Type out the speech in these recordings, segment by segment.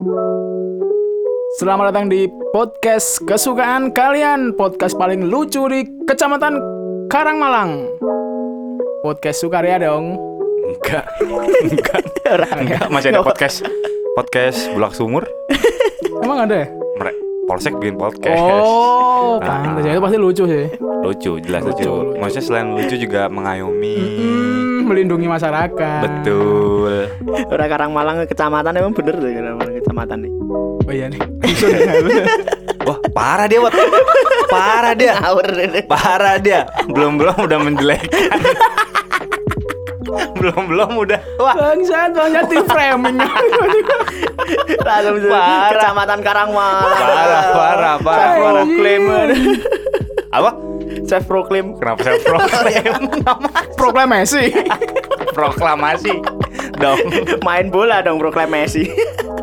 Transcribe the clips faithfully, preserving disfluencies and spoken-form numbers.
Selamat datang di podcast kesukaan kalian, podcast paling lucu di Kecamatan Karangmalang. Podcast Sukaria dong. Enggak, enggak, enggak. Masih ada podcast, podcast Bulak Sumur. Emang ada ya? Mereka Polsek bikin podcast. Oh, Nah. pantas ya, itu pasti lucu sih. Lucu, jelas lucu. Lucu, lucu. Maksudnya selain lucu juga mengayomi. Hmm, melindungi masyarakat. Betul. Orang Karangmalang kecamatan emang bener tuh Karangmalang kecamatan nih. Oh iya nih. Wah, parah dia, Wat. Parah dia. Ngawur ini. Parah dia. Belum-belum udah menjelekkan. Belum-belum udah. Wah, Bangsat, bangsat di framing. Langsung Parah. kecamatan Karangmalang. parah, parah, parah, Self parah. proclaim. Apa? Self proclaim. Kenapa saya proklaim? Proklamasi. Proklamasi dong. Main bola dong proklamasi.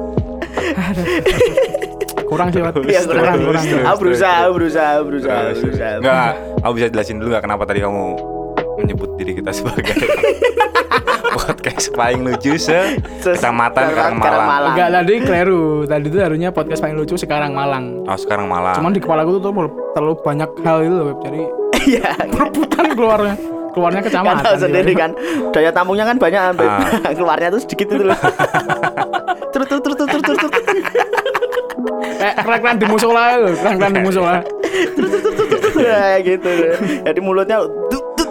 Kurang sih, Wat. Iya kurang kurang, kurang. kurang. Aku berusaha, berusaha, berusaha, berusaha. Enggak, aku bisa jelasin dulu gak kenapa tadi kamu menyebut diri kita sebagai podcast paling lucu se Kecamatan Karangmalang. Enggak, tadi keliru. Tadi itu harusnya podcast paling lucu sekarang Malang. Oh, sekarang Malang. Cuman di kepala gue tuh terlalu, terlalu banyak hal itu loh, Web. Jadi Iya. rebutan keluarnya. Keluarnya Kan kecamatan. tahu sendiri gitu. kan. Daya tampungnya kan banyak sampai Ah. keluarnya tuh sedikit itu loh. Terus terus terus terus terus terus. Eh, keren-keren di musola itu, keren-keren di musola. Ya gitu. Jadi mulutnya duk, duk.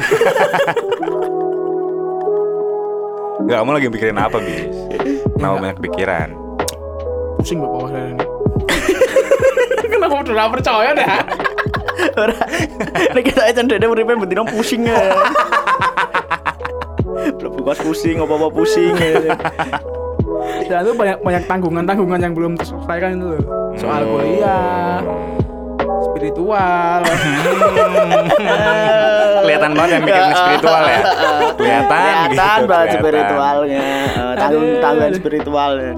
Enggak, kamu lagi mikirin apa, Bis? Kenapa banyak pikiran? Pusing bapak bawah saya ini. Kenapa udah gak percaya dah? Ora. Nek kita aja ndek uripe bendino pusing ya. Belum buka pusing, apa-apa pusing ya. Dan itu banyak banyak tanggungan-tanggungan yang belum terselesaikan itu loh. Soal kuliah, spiritual. Kelihatan banget yang mikirin spiritual ya. Kelihatan Kelihatan gitu, banget kelihatan. spiritualnya. Eh, Tanggung tanggungan spiritualnya.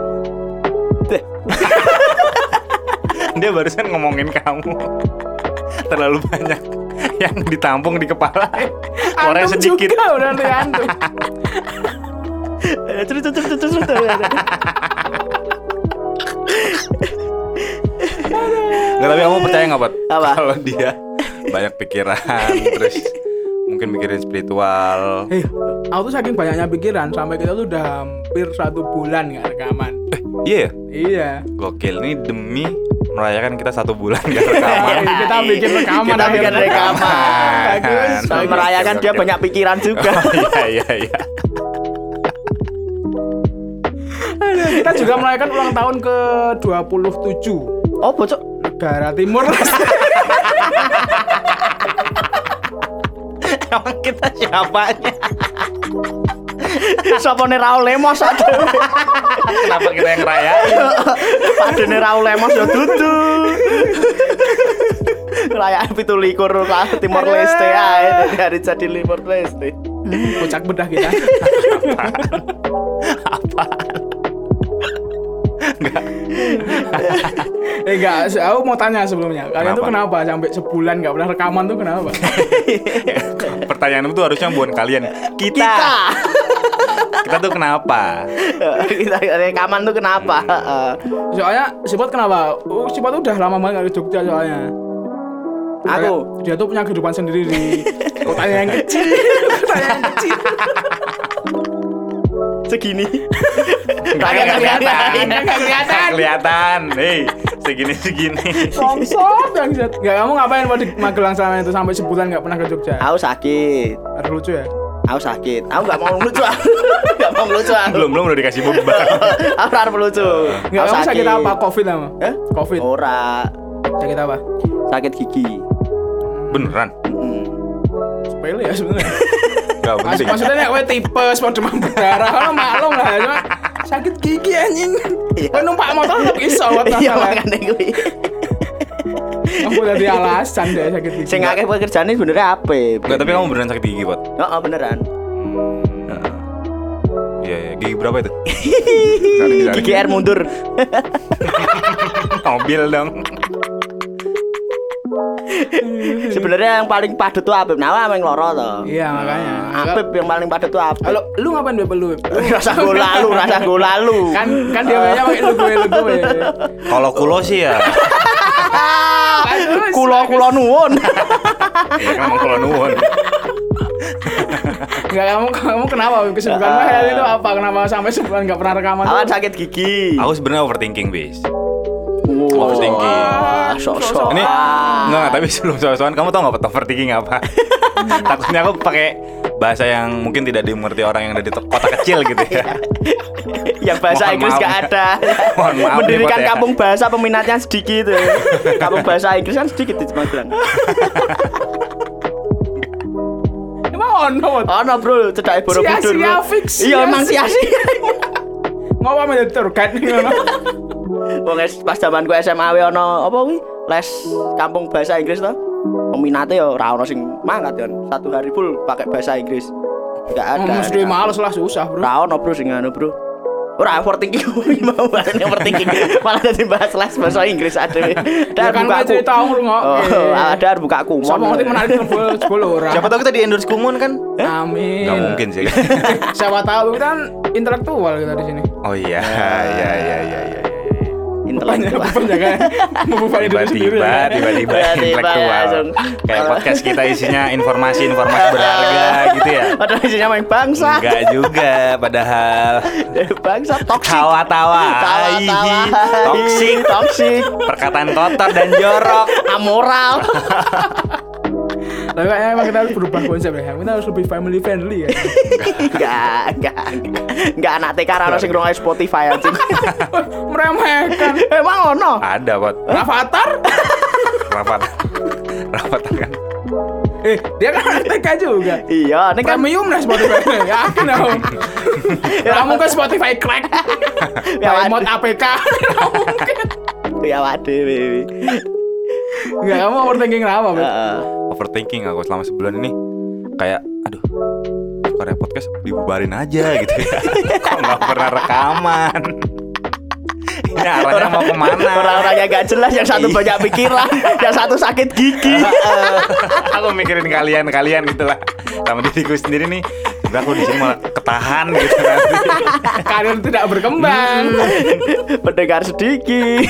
Dia barusan ngomongin kamu. Terlalu banyak yang ditampung di kepala. Orang Antum sedikit. juga udah nanti antum. Terus terus terus terus terus. Nggak, tapi kamu percaya nggak, Pat? Apa? Kalau dia banyak pikiran, terus mungkin mikirin spiritual. Eh, aku tuh saking banyaknya pikiran sampai kita tuh udah hampir satu bulan nggak rekaman. Eh, iya ya? Iya. Gokil, ini demi merayakan kita satu bulan nggak rekaman. Kita bikin rekaman. Kita bikin akhirnya. rekaman. Bagus. Sampai merayakan dia banyak pikiran juga. Oh, iya, iya, iya. Aduh, kita juga merayakan ulang tahun ke dua puluh tujuh Oh, bocok. negara Timur. Emang kita siapanya? Sapone Raul Lemos aja. Kenapa kita yang ngerayain? Padene Raul Lemos ya dudu. Rayain pitu likur Timor Leste ae dari jadi Timor Leste. Kocak bedah kita. Eh enggak, aku mau tanya sebelumnya. Kalian tuh kenapa sampai sebulan enggak pernah rekaman tuh kenapa? Pertanyaan itu harusnya bukan kalian. Kita. Kita. Kita tuh kenapa? Kita rekaman tuh kenapa? Heeh. Soalnya Sifat kenapa? Oh, Sifat tuh udah lama banget di Jogja soalnya. Aku Dia tuh punya kehidupan sendiri di kotanya yang kecil. Kotanya yang kecil. segini. Nggak Kagak kelihatan. Nggak kelihatan. Kelihatan. Hei, segini-segini. Songsot bangsat. Enggak, kamu ngapain mau di Magelang sama itu sampai sebulan enggak pernah ke Jogja? Aku sakit. Harus lucu ya. Aku sakit. Aku nggak mau lucu. Nggak mau lucu. Aku. Belum belum udah dikasih beban. Aku harus lucu. Enggak, Aku kamu sakit apa? Covid apa? Eh? Covid. Ora. Sakit apa? Sakit gigi. Beneran? Hmm. Sepele ya sebenarnya. Enggak Mas, penting. maksudnya nek kowe tipes mau demam berdarah, kalau maklum lah cuma sakit gigi anjing. Iya. Kowe numpak motor tetep iso wat Iya masalah. makane kuwi. Aku dari alasan deh sakit gigi. Sing akeh pekerjaane sebenarnya apa? Enggak, tapi kamu beneran sakit gigi, Pot? Heeh, beneran. Iya, iya. Gigi berapa itu? Gigi air mundur. Mobil dong. Sebenarnya yang paling padat tuh Apip. Nawa yang loro toh. Iya makanya. Apip yang paling padat tuh Apip. Halo, lu ngapain Beb lu? Beb? Rasa gola lu, rasa gola lu. Kan kan dia banyak pakai lu gue lu gue. Kalau kulo sih ya. Kulo-kulo nuwun. Ya kan emang kulo nuwun. Enggak, kamu kamu kenapa kesibukan uh, Mahel itu apa? Kenapa sampai sebulan enggak pernah rekaman? Awan sakit gigi. Aku sebenarnya overthinking, bis. Wow. Overthinking. Ah, sok-sok. Ini enggak, enggak, tapi sebelum sok-sokan kamu tahu enggak overthinking apa? Takutnya aku pakai bahasa yang mungkin tidak dimengerti orang yang ada di kota kecil gitu ya. Yang bahasa Mohon Inggris maaf. gak ada. Mohon maaf Mendirikan nih, Pot, ya. kampung bahasa peminatnya sedikit. Kampung bahasa Inggris kan sedikit di Magelang. Emang ono. Oh no bro, cedake Borobudur. Sia-sia fix. Iya emang sia-sia. Ngopo menjadi tour guide nih ngono. Wong es pas zamanku S M A we ono apa kuwi? Les kampung bahasa Inggris to. Peminatnya ya ora ono sing mangkat kan. Satu hari full pakai bahasa Inggris. Enggak ada. Oh, mesti males lah susah, Bro. Ora ono bro sing anu bro. Ora overthinking mau banget overthinking. Malah dadi bahas les bahasa Inggris adewe. Ya kan buka gak cerita aku nggak. Oh, ada buka kumon. Siapa ngerti menarik telepon sepuluh orang. Siapa tahu kita di endorse Kumon kan? Amin. Enggak mungkin sih. Siapa tahu kan intelektual kita di sini. Oh iya, iya, iya, iya, iya. Intelektual. Penjaga membuka diri sendiri. Tiba-tiba, ya. tiba-tiba Tiba-tiba intelektual. langsung. Kayak podcast kita isinya informasi-informasi berharga gitu ya. Padahal isinya main bangsa. Enggak juga, padahal Bangsa toksik. tawa-tawa, Tawa-tawa. toksik, Toksik. perkataan kotor dan jorok. Amoral. Tapi kayaknya emang kita harus berubah konsep ya. Kita harus lebih family friendly ya. Enggak, enggak. Enggak anak T K ora sing ngrungokne Spotify anjing. Meremehkan. Emang ono? Ada, Pot. Rafathar? Rapat. Rapat kan. Eh, dia kan anak T K juga. Iya, ini kan Premium lah Spotify. Yakin aku. Kamu ke Spotify crack. Ya, By waduh. mod A P K. ya waduh, baby. Enggak, kamu overthinking kenapa, Beb? Heeh. Overthinking aku selama sebulan ini kayak aduh karya podcast dibubarin aja gitu ya. Kok nggak pernah rekaman. Ini arahnya mau kemana? Orang-orangnya gak jelas, yang satu banyak pikiran, yang satu sakit gigi. Aku mikirin kalian kalian gitulah sama diriku sendiri nih. Sebenernya aku di sini malah ketahan gitu nanti. Kalian tidak berkembang. Pendengar sedikit.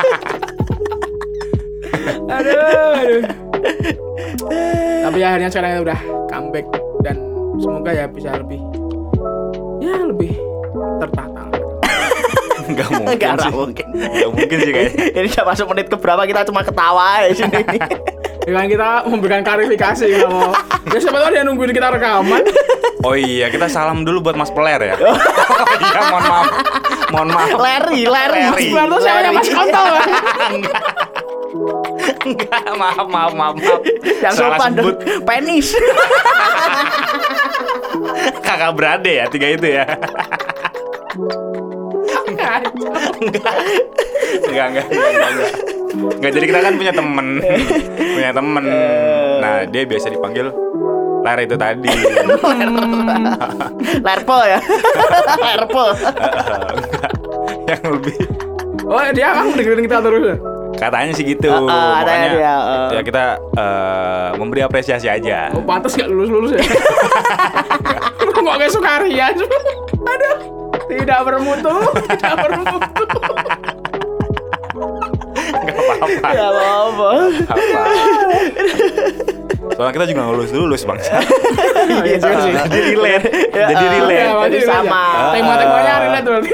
Aduh, aduh. Tapi akhirnya sekarang kita udah comeback dan semoga ya bisa lebih ya lebih tertata. Enggak mungkin Enggak sih. mungkin. Enggak mungkin sih kayaknya. Ini udah masuk menit keberapa kita cuma ketawa ya sini. Dengan kita memberikan klarifikasi ya mau. Ya siapa tahu dia nungguin kita rekaman. Oh iya, kita salam dulu buat Mas Peler ya. Oh iya, mohon maaf. Mohon maaf. Larry, Larry. Larry. Mas tuh siapa Mas Kontol kan? Enggak, maaf, maaf, maaf, maaf. Yang Salah sopan sebut. penis. Kakak berade ya, tiga itu ya. Enggak, enggak, enggak, enggak, enggak. Enggak, jadi kita kan punya temen, punya temen. Nah, dia biasa dipanggil Ler itu tadi. Lerpo ya. Lerpo. Yang lebih Oh dia kan dengerin kita terus ya? katanya sih gitu. Uh, uh, katanya Makanya dia, uh. ya kita uh, memberi apresiasi aja. Oh pantas gak lulus-lulus ya? Lu gak kayak Sukaria. Aduh, tidak bermutu, tidak bermutu. Gak apa-apa. Ya apa? Apa? Soalnya kita juga nggak lulus-lulus bangsa. Iya juga sih. Jadi relate, Ya, jadi uh, relate. Ya, Jadi masih sama. relate. Tema-temanya relate berarti.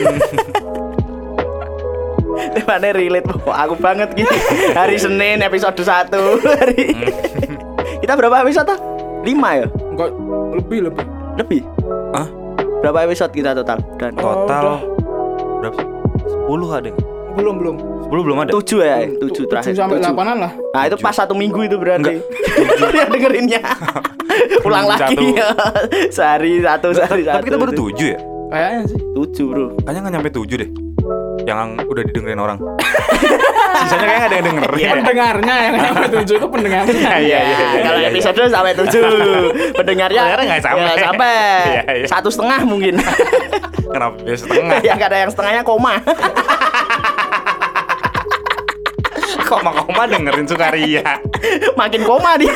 Temanya relate. Wah, aku banget gitu. Hari Senin episode satu. Hari. Kita berapa episode tuh? lima ya? Enggak, lebih lebih. Lebih. Hah? Berapa episode kita total? Dan Oh, Total udah. berapa sih? sepuluh ada nggak? Belum belum. sepuluh belum ada? tujuh ya? tujuh terakhir. tujuh sampai Tujuh. delapanan lah. Nah itu pas satu minggu itu berarti. Dia dengerinnya. Ulang Tujuh, lagi satu. ya. Sehari satu, sehari satu. Tapi kita baru tujuh ya? Kayaknya sih. Tujuh bro. Kayaknya nggak nyampe tujuh deh. Yang udah didengerin orang. Sisanya kayaknya nggak ada yang dengerin. Pendengarnya yang sampai tujuh itu pendengarnya. Iya, iya, iya, Kalau iya, iya. episode sampai tujuh, pendengarnya Pendengarnya nggak sampai. ya, sampai Iya, iya. satu setengah mungkin. Kenapa dia setengah? Ya ada yang setengahnya koma. Koma-koma dengerin Sukaria. Makin koma dia.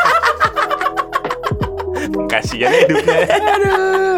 Kasihan hidupnya. Aduh.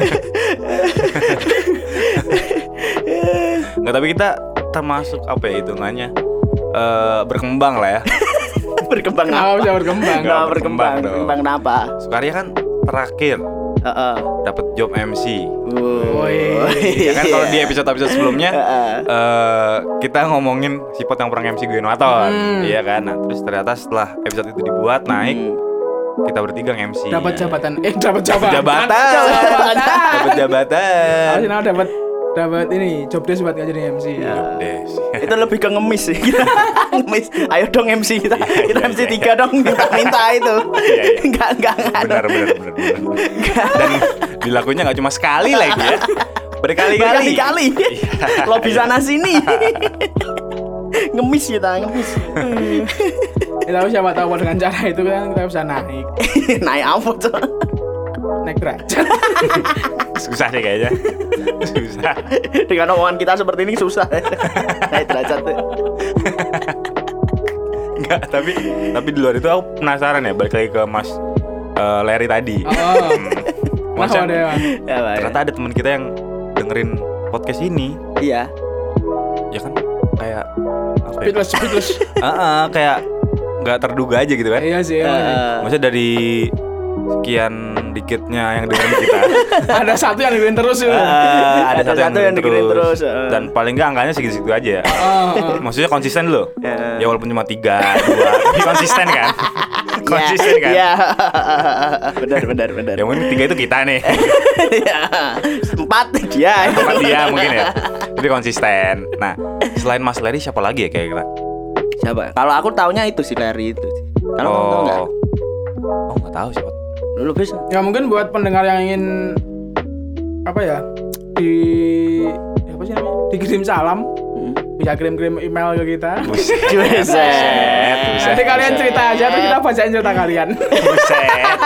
Nggak, tapi kita termasuk apa ya hitungannya eh berkembang lah ya. Berkembang Nggak apa? bisa berkembang. Nggak Nggak berkembang. berkembang dong. Berkembang kenapa? Sukarya kan terakhir Heeh. dapat job M C. Woi. Ya kan kalau di episode-episode sebelumnya Heeh. eh kita ngomongin sipot yang pernah M C gue Waton, Hmm. iya kan. Nah, terus ternyata setelah episode itu dibuat naik, Hmm. kita bertiga M C. Dapat jabatan. Eh, dapat jabatan. Jabatan. Jabatan. Dapat jabatan. Harusnya now dapat dapat ini job desk buat ngajarin M C. Ya. Des. Itu lebih ke ngemis sih. Ngemis. Ayo dong M C kita. Iya, Kita iya, M C iya. tiga dong minta-minta itu. Iya, iya. Enggak enggak enggak. Benar, benar, benar, benar. Dan dilakuinnya nggak cuma sekali lagi ya, berkali-kali. Berkali-kali. Lobby sana sini. Ngemis kita, ngemis. Ya, tapi siapa tahu dengan cara itu kan kita bisa naik, Naik apa tuh? naik derajat. Susah sih kayaknya. Susah. Dengan omongan kita seperti ini susah. Naik derajat tuh. Enggak, tapi tapi di luar itu aku penasaran ya, balik lagi ke Mas eh, Larry tadi. Oh. Hmm. Kenapa Maksudnya, deh, Bang? Ya, Pak. ternyata ada teman kita yang dengerin podcast ini, Iya. ya kan kayak apa ya? Speedless, speedless. Heeh, kayak nggak terduga aja gitu kan. Iya sih. emang. Eh, Maksudnya dari sekian dikitnya yang dengerin kita, Ada satu yang dengerin terus itu. eh, ada, Ada satu yang satu yang dengerin terus, eh. dan paling nggak angkanya segitu-segitu aja ya. Oh, oh. Maksudnya konsisten loh. Ya. Ya walaupun cuma tiga, dua, tapi konsisten kan? Konsisten kan? Iya. Benar benar benar. Yang mungkin tiga itu kita nih, Iya. Empat dia. tempat dia mungkin ya. Tapi konsisten. Nah, selain Mas Larry siapa lagi ya kira-kira? Siapa? Kalau aku taunya itu si Larry itu sih. Kalau kamu tahu nggak? Oh, nggak tahu siapa. Lu bisa. Ya mungkin buat pendengar yang ingin apa ya di apa sih namanya dikirim salam, Hmm. bisa kirim-kirim email ke kita. Buset, Buset. buset, Nanti kalian buset. cerita aja terus kita bacain cerita kalian. Buset.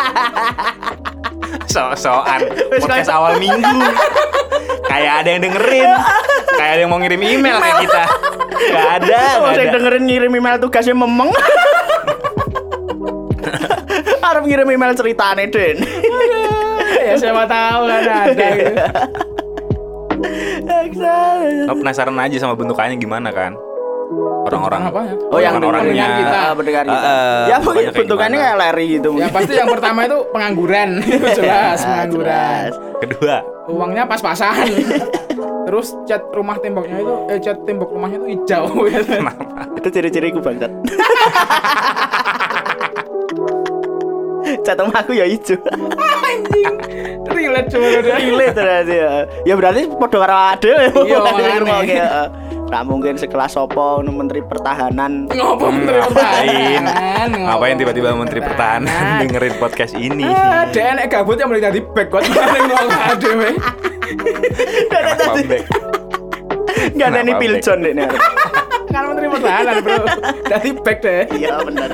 So-soan podcast awal minggu. Kayak ada yang dengerin. Kayak ada yang mau ngirim email kayak kita. Gak ada, Oh, gak saya ada. dengerin ngirim email tugasnya memeng. Harap ngirim email ceritane, Den. Ya siapa tahu kan ada gitu. Lo penasaran aja sama bentukannya gimana kan? Orang-orang Apa ya? Oh, yang orang-orangnya. pendengar kita. Ah, pendengar kita. Ah, ah, Ya mungkin pokoknya kayak bentukannya gimana. kayak Larry gitu. Ya pasti yang pertama itu pengangguran. Itu jelas Ah, pengangguran. jelas. Kedua, Uangnya pas-pasan. Terus cat rumah temboknya itu eh cat tembok rumahnya itu hijau gitu. Itu ciri-ciriku bangsat. Cat rumahku ya hijau. Anjing. Relate cuma udah. Relate ternyata ya. Ya berarti padha karo ade. Iya, makanya. Nggak mungkin sekelas sopo nu menteri pertahanan. Ngopo menteri ngapain? pertahanan? Ngapain tiba-tiba menteri pertahanan dengerin podcast ini? Ah, dia nek gabut yang mulai tadi back kok maling ngomong adewe. Kenapa back? Enggak ada nih Kenapa Piljon deh nih. Kan menteri pertahanan, Bro. Tadi back deh. Iya benar.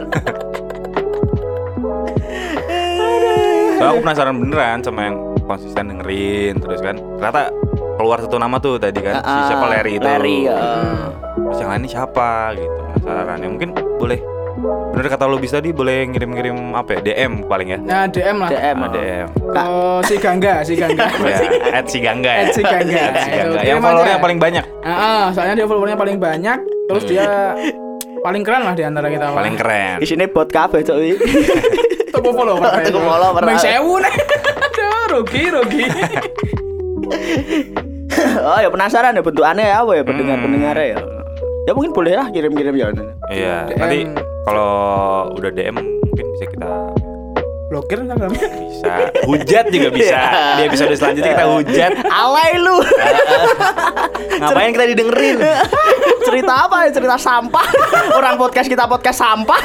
So, aku penasaran beneran sama yang konsisten dengerin terus kan. Ternyata keluar satu nama tuh tadi kan, si siapa Larry itu. Larry ya. Terus yang lain ini siapa gitu, penasaran. Ya mungkin boleh, bener kata lu bisa di boleh ngirim-ngirim apa ya, D M paling ya. Nah, D M lah. D M. Ah, D M. Oh, si Gangga, si Gangga. Ya, at si Gangga ya. At si Gangga. At si Gangga. Itu, Yang kirim followernya aja. paling banyak. Heeh, soalnya dia followernya paling banyak, terus dia paling keren lah di antara kita. Paling keren. Di sini bot kabeh cok iki. Toko follower. Toko follower. Bang sewu nih. Aduh, rugi, rugi. Oh ya penasaran ya bentukannya ya apa ya pendengar-pendengarnya ya. Ya mungkin boleh lah kirim-kirim ya. Iya, D M. nanti kalau udah D M mungkin bisa kita Blokir Instagramnya. bisa hujat juga bisa. Di episode selanjutnya kita hujat. Alay lu. Ngapain kita didengerin? Cerita apa ya? Cerita sampah. Orang podcast kita podcast sampah.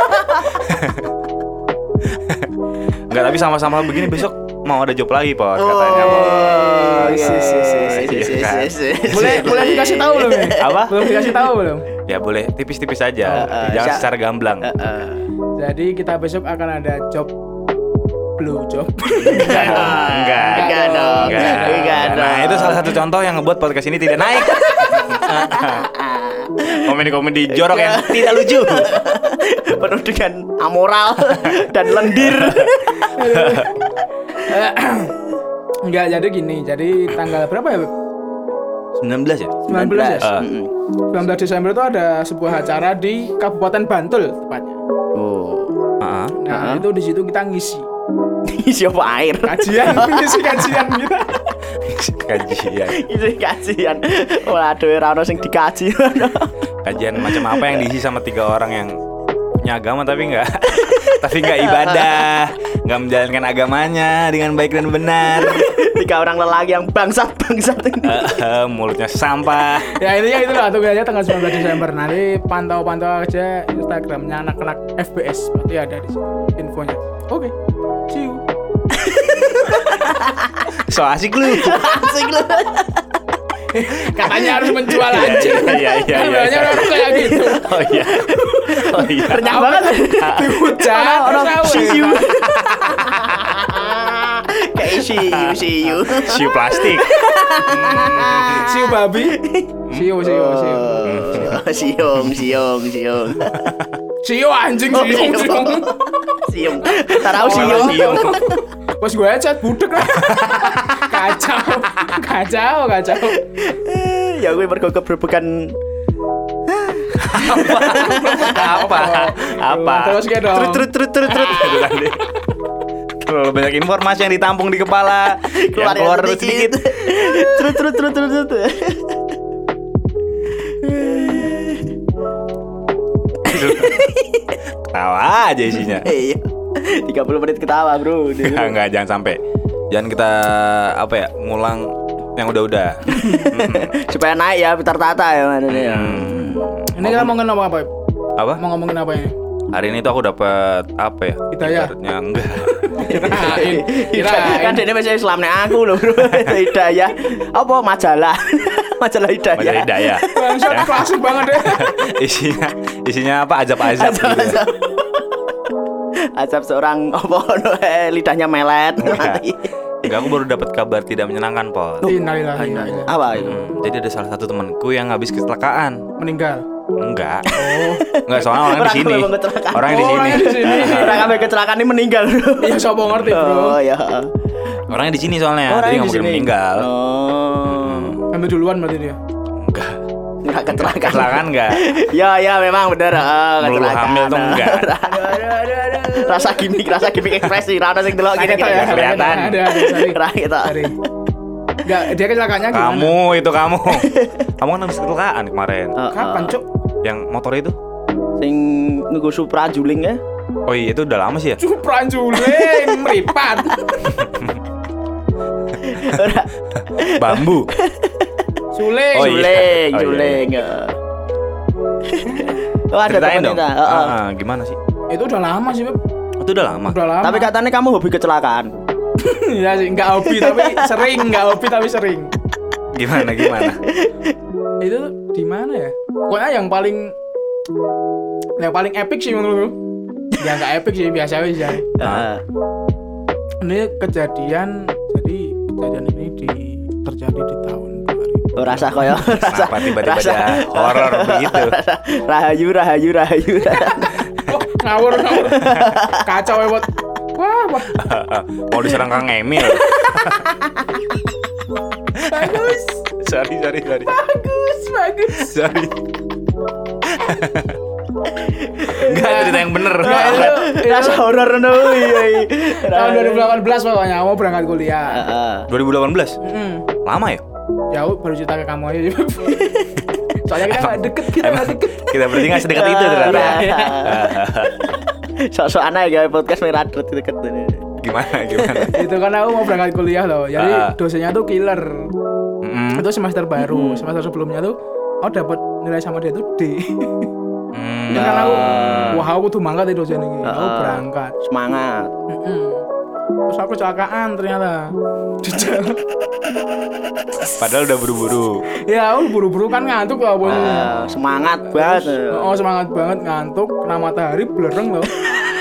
Enggak, tapi sama-sama begini besok mau ada job lagi, Pot, katanya. Oh, iya, si si si iya, si si kan. si. Boleh, boleh dikasih tahu belum ya? Apa? Belum dikasih tahu belum? Ya boleh tipis-tipis aja, Uh, uh, jangan sya- secara gamblang. Heeh. Jadi kita besok akan ada job blue job. Enggak dong, enggak. Enggak dong. Enggak. Enggak dong. Nah, itu salah satu contoh yang ngebuat podcast ini tidak naik. Komedi-komedi jorok yang tidak lucu. Penuh dengan amoral dan lendir. Enggak, jadi gini. Jadi tanggal berapa ya? sembilan belas ya? sembilan belas ya? Uh. sembilan belas Desember itu ada sebuah acara di Kabupaten Bantul tepatnya. Oh. Uh-huh. Nah, Uh-huh. itu di situ kita ngisi Siapa air? kajian, ngisi kajian kita. Kajian. Isi kajian. Waduh, ora ono sing dikaji. Kajian macam apa yang diisi sama tiga orang yang punya agama tapi nggak tapi nggak ibadah, nggak menjalankan agamanya dengan baik dan benar. Tiga orang lelaki yang bangsat-bangsat ini. Uh, uh, mulutnya sampah. Ya intinya itulah tugasnya tanggal sembilan belas Desember. Nanti pantau-pantau aja Instagramnya anak-anak F B S, berarti ada di situ infonya. Oke, see you. So asik lu. Asik lu. Katanya harus menjual anjing. Iya iya Kan iya. banyak iya. orang kayak gitu. Oh iya. Oh iya. Renyah banget. Dihujat, terus tahu. siu. Kayak siu, siu. Siu plastik. Siu babi. Siu, siu, siu. Oh, siung, siung, siung. Siu anjing, Oh, siu, siu. siu. Siung. Tahu Oh, siung. siung. Pas gue cat budek lah. Kacau, kacau, kacau. Ya gue mergo keberbekan Apa? Apa? Terus kayak dong. trut trut trut trut trut. Terlalu banyak informasi yang ditampung di kepala, yang keluar yang sedikit. Trut trut trut trut trut. Ketawa aja isinya. Iya. tiga puluh menit ketawa, Bro. Enggak, enggak, jangan sampai. Jangan kita apa ya, ngulang yang udah-udah. Supaya naik ya, tertata ya mana nih. Hmm. Ini kita mau ngomongin apa? Apa? Mau ngomongin apa ini? Hari ini tuh aku dapat apa ya? Hidayah. Ibaratnya enggak. Kirain, Kan kirain. dia masih Islam nih aku loh, Bro. Hidayah. Apa majalah? Majalah Hidayah. Baca hidayah. Bangsat Ya. klasik banget deh. Isinya isinya apa? Azab-azab gitu. Azab. Azab seorang apa no, eh, lidahnya melet. Enggak. Enggak, aku baru dapat kabar tidak menyenangkan, Pol. Innalillahi wa inna ilaihi. Apa itu? Hmm, jadi ada salah satu temanku yang habis kecelakaan. Meninggal. Enggak. Oh, Enggak, soalnya orang di Orang sini. memang kecelakaan. Orang di Oh, sini. orangnya di sini. Orang sampai kecelakaan ini meninggal. iya sopo ngerti bro. Oh ya. Orangnya di sini soalnya. Orangnya Jadi di nggak mungkin sini. meninggal. Oh. Ambil duluan berarti dia. Enggak. Enggak kecelakaan. Kecelakaan enggak? Ya ya memang bener. Oh, Melulu hamil tuh enggak. Rasa gimmick, rasa gimmick ekspresi. Rana sing delok gini Kita ya, gini. kelihatan. Ada, ada, sorry. Ra kita. Sorry. Enggak, dia kecelakaannya gimana? Kamu itu kamu. Kamu kan habis kecelakaan kemarin. Oh, Kapan, oh. Cuk? Yang motor itu? Sing nunggu Supra juling ya. Oh iya, itu udah lama sih ya? Supra juling, meripat. Bambu. Suling. Oh, iya. Juling, Oh, iya. juling. ya. Oh ada Ceritain temen dong. kita. Oh, oh. Ah, gimana sih? Itu udah lama sih, Beb. Itu udah lama. Udah lama. Tapi katanya kamu hobi kecelakaan. Iya sih, enggak hobi tapi sering, enggak hobi tapi sering. Gimana gimana? Itu di mana ya? Pokoknya yang paling yang paling epic sih menurutku. Ya enggak epic sih, biasa aja. Heeh. Ini kejadian, jadi kejadian ini di terjadi di tahun dua ribu. Oh, rasa koyo rasa. Kenapa tiba-tiba rasa- ada horor begitu? Rahayu, rahayu, rahayu. Wah, ngawur ngawur. Kacau ya, Bot. Wah, wah. Mau diserang Kang Emil. Bagus. sorry, sorry, sorry. Bagus, bagus. Sorry. Enggak, cerita yang bener. Nah, itu, Rasa itu horor no. Iya. iya. tahun dua ribu delapan belas pokoknya mau berangkat kuliah. Heeh. dua ribu delapan belas? Mm. Lama ya? Jauh baru cerita ke kamu aja. Soalnya kita nggak deket, kita nggak deket. Kita berarti nggak sedekat itu ternyata. Sok-sok aneh ya podcast merah deket ini. Gimana, gimana? Itu kan aku mau berangkat kuliah loh. Jadi Ah. dosennya tuh killer. Mm-mm. Itu semester baru, semester sebelumnya tuh aku dapat nilai sama dia tuh D. Mm. Terus kan aku, wah aku tuh mangkat itu dosen ini. Aku Ah. berangkat. Semangat. Mm-mm. Terus aku kecelakaan ternyata. Di jalan. Padahal udah buru-buru. Ya aku buru-buru kan ngantuk lah bosnya. Ah, semangat banget. Oh semangat banget ngantuk, kena matahari blereng loh.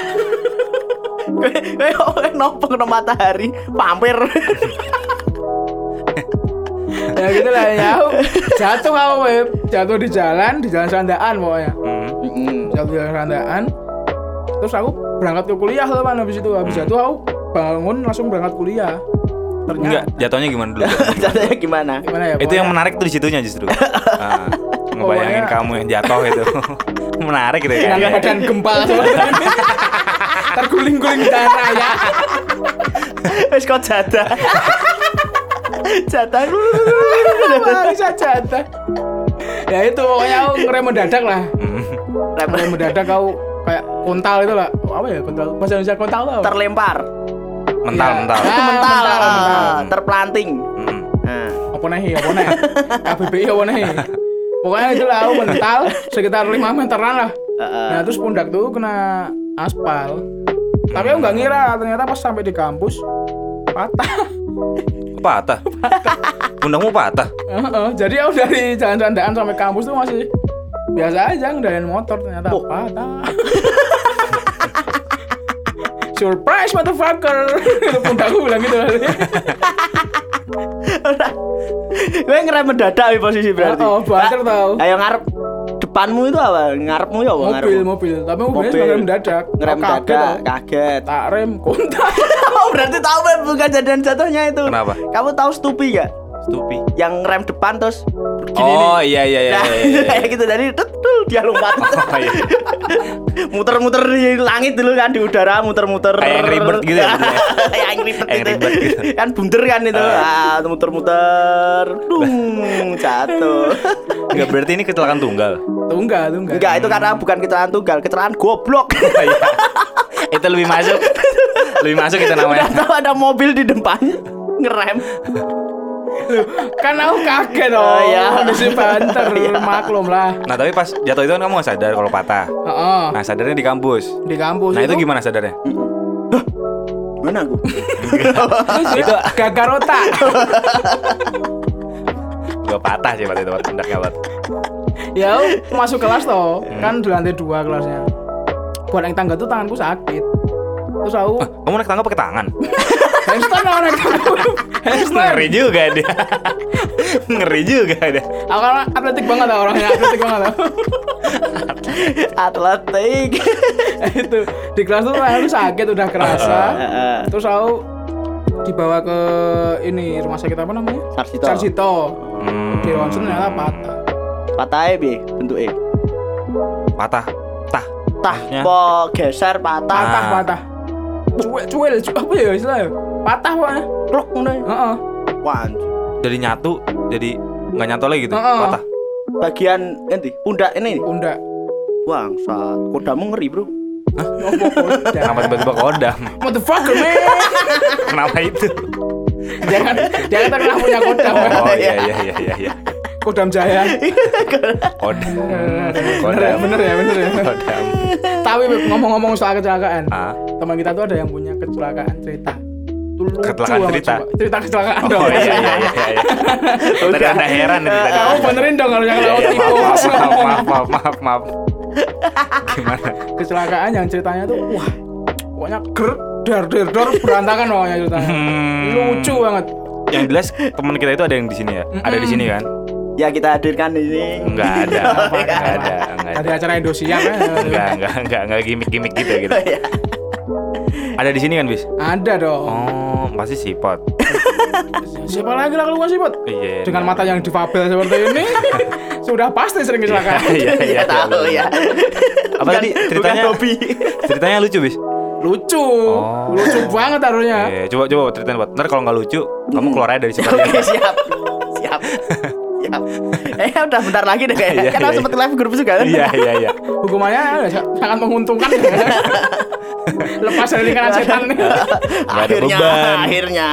Eh kok nopo kena matahari, pampir. Ya gitu lah ya. Aku jatuh aku Web. Jatuh di jalan, di jalan Sandaan pokoknya. Mm. Jatuh di jalan Sandaan. Terus aku berangkat ke kuliah lah kan habis itu. Habis jatuh aku bangun langsung berangkat kuliah. Ternyata Enggak, jatuhnya gimana dulu? Jatuhnya gimana? gimana ya? Itu yang pokoknya- menarik tuh di situnya justru. Nah, ngebayangin Pokoknya- kamu yang jatuh itu. Menarik gitu ya. Yang badan gempa terguling-guling di jalan raya. Wis kok jatah. Jatah. Bisa jatuh. Ya itu pokoknya aku ngerem mendadak lah. Hmm. Ngerem mendadak aku kayak kontal itu lah. Apa ya kontal? Bahasa Indonesia kontal lah. Terlempar. Mental, Ya. mental. Ah, Mental, mental, mental. terpelanting. Hmm. Nah, Apa nih? Apa nih? K B B I apa nih? Pokoknya itulah aku mental sekitar lima meteran lah. heeh. Nah terus pundak tuh kena aspal. Tapi aku nggak ngira ternyata pas sampai di kampus patah. Patah. Pundakmu patah. Heeh, jadi aku dari jalan Sandaan sampai kampus tuh masih biasa aja ngendarin motor ternyata Oh. patah. Surprise motherfucker. Itu pundakku bilang gitu. Gue ngerem mendadak di posisi berarti. Oh, banter tau. Ayo ngarep depanmu itu apa? Ngarepmu ya apa? Mobil, ngarepmu? mobil. Tapi mobilnya Mobil. cuma ngerem mendadak. Ngerem Aku kaget mendadak, tau. kaget. Tak rem, kontak. Oh, berarti tahu kan bukan jadian jatuhnya itu. Kenapa? Kamu tahu Stupi gak? Stupi. Yang rem depan terus gini Oh nih. iya iya iya. Nah, iya, iya. kayak gitu jadi tutul dia lompat. Oh, iya. Muter-muter di langit dulu kan di udara muter-muter. Kayak Angry Bird gitu ya? Kayak Angry Bird Angry gitu. Bird gitu. Kan bunder kan itu. Ah, muter-muter. Dung, jatuh. Enggak berarti ini kecelakaan tunggal. Tunggal, tunggal. Enggak, itu karena bukan kecelakaan tunggal, kecelakaan goblok. Oh, iya. Itu lebih masuk. Lebih masuk itu namanya. Udah tahu ada mobil di depan ngerem. Kan aku kaget dong. Oh, iya. Kondisi banter, Iya. maklum lah. Nah tapi pas jatuh itu kan kamu nggak sadar kalau patah. Heeh. Nah sadarnya di kampus. Di kampus Nah itu gimana sadarnya? Gimana aku? itu gagal otak. Gua patah sih waktu itu pundaknya buat. Ya aku masuk kelas toh, kan di lantai dua kelasnya. Buat naik tangga tuh tanganku sakit. Terus aku Kamu naik tangga pakai tangan? handstand aku naik tangga. Handstand. Ngeri juga dia. Ngeri juga dia. Aku kan atletik banget tau orangnya, atletik banget tau. Atletik. Itu di kelas tuh tanganku sakit udah kerasa. Heeh. Terus aku dibawa ke ini rumah sakit apa namanya? Sarsito. Sarsito. Hmm. Di ronsen ternyata patah. Patah bi bentuknya. Patah. Tah. Tah, Ya. po geser patah. Patah, Ah. patah. Cuel, cuel, cu- apa ya istilahnya? Patah pokoknya. Klok ngono. Heeh. Wah, anjing. Jadi nyatu, jadi nggak nyatu lagi gitu. Heeh. Patah. Bagian endi? Pundak ini. Pundak. Bangsat. Kodamu ngeri, Bro. Ngopo kodam. Kenapa tiba-tiba kodam? Motherfucker, man. Kenapa itu? Jangan, jangan terkenal punya kodam. Oh iya iya iya iya iya. Kodam Jaya. Kodam. Bener ya, bener ya, bener ya. Kodam. Tapi Beb, ngomong-ngomong soal kecelakaan, Ah. teman kita tuh ada yang punya kecelakaan cerita. Itu lucu Kecelakaan banget, cerita? coba. Cerita kecelakaan dong. Oh iya iya iya iya. Tadi ada heran nih tadi. Kamu benerin dong kalau yang Iya, lewat iya, tipu. maaf, maaf, maaf, maaf, maaf, maaf. Gimana? Kecelakaan yang ceritanya tuh wah, pokoknya ger dar dar dar berantakan pokoknya ceritanya. Hmm. Lucu banget. Yang jelas teman kita itu ada yang di sini ya. Ada di sini kan? Ya kita hadirkan di sini. Enggak ada. Enggak ada. Enggak Dari ada. acara Indosiar kan. Enggak, enggak, enggak, enggak gimmick-gimmick gitu gitu. Oh, iya. Ada di sini kan, Bis? Ada dong. Oh, pasti sipot. Siapa lagi lah kalau sih, Bot? Iya. Dengan mata yang difabel seperti ini, sudah pasti sering kecelakaan. Iya, iya, Ya tahu ya. Apa tadi ceritanya? Bukan hobi. Ceritanya lucu, Bis? Lucu, Oh. lucu banget harusnya. Iya, coba coba ceritain buat. Ntar kalau nggak lucu, kamu keluar aja dari sini. Oke, siap. Siap. Siap. Eh, udah bentar lagi deh kayaknya. Iya, Kan iya, aku sempet live grup juga kan. Iya, iya, iya. Hukumannya ya, sangat menguntungkan. Lepas dari lingkaran setan. Nggak ada Akhirnya, beban. akhirnya.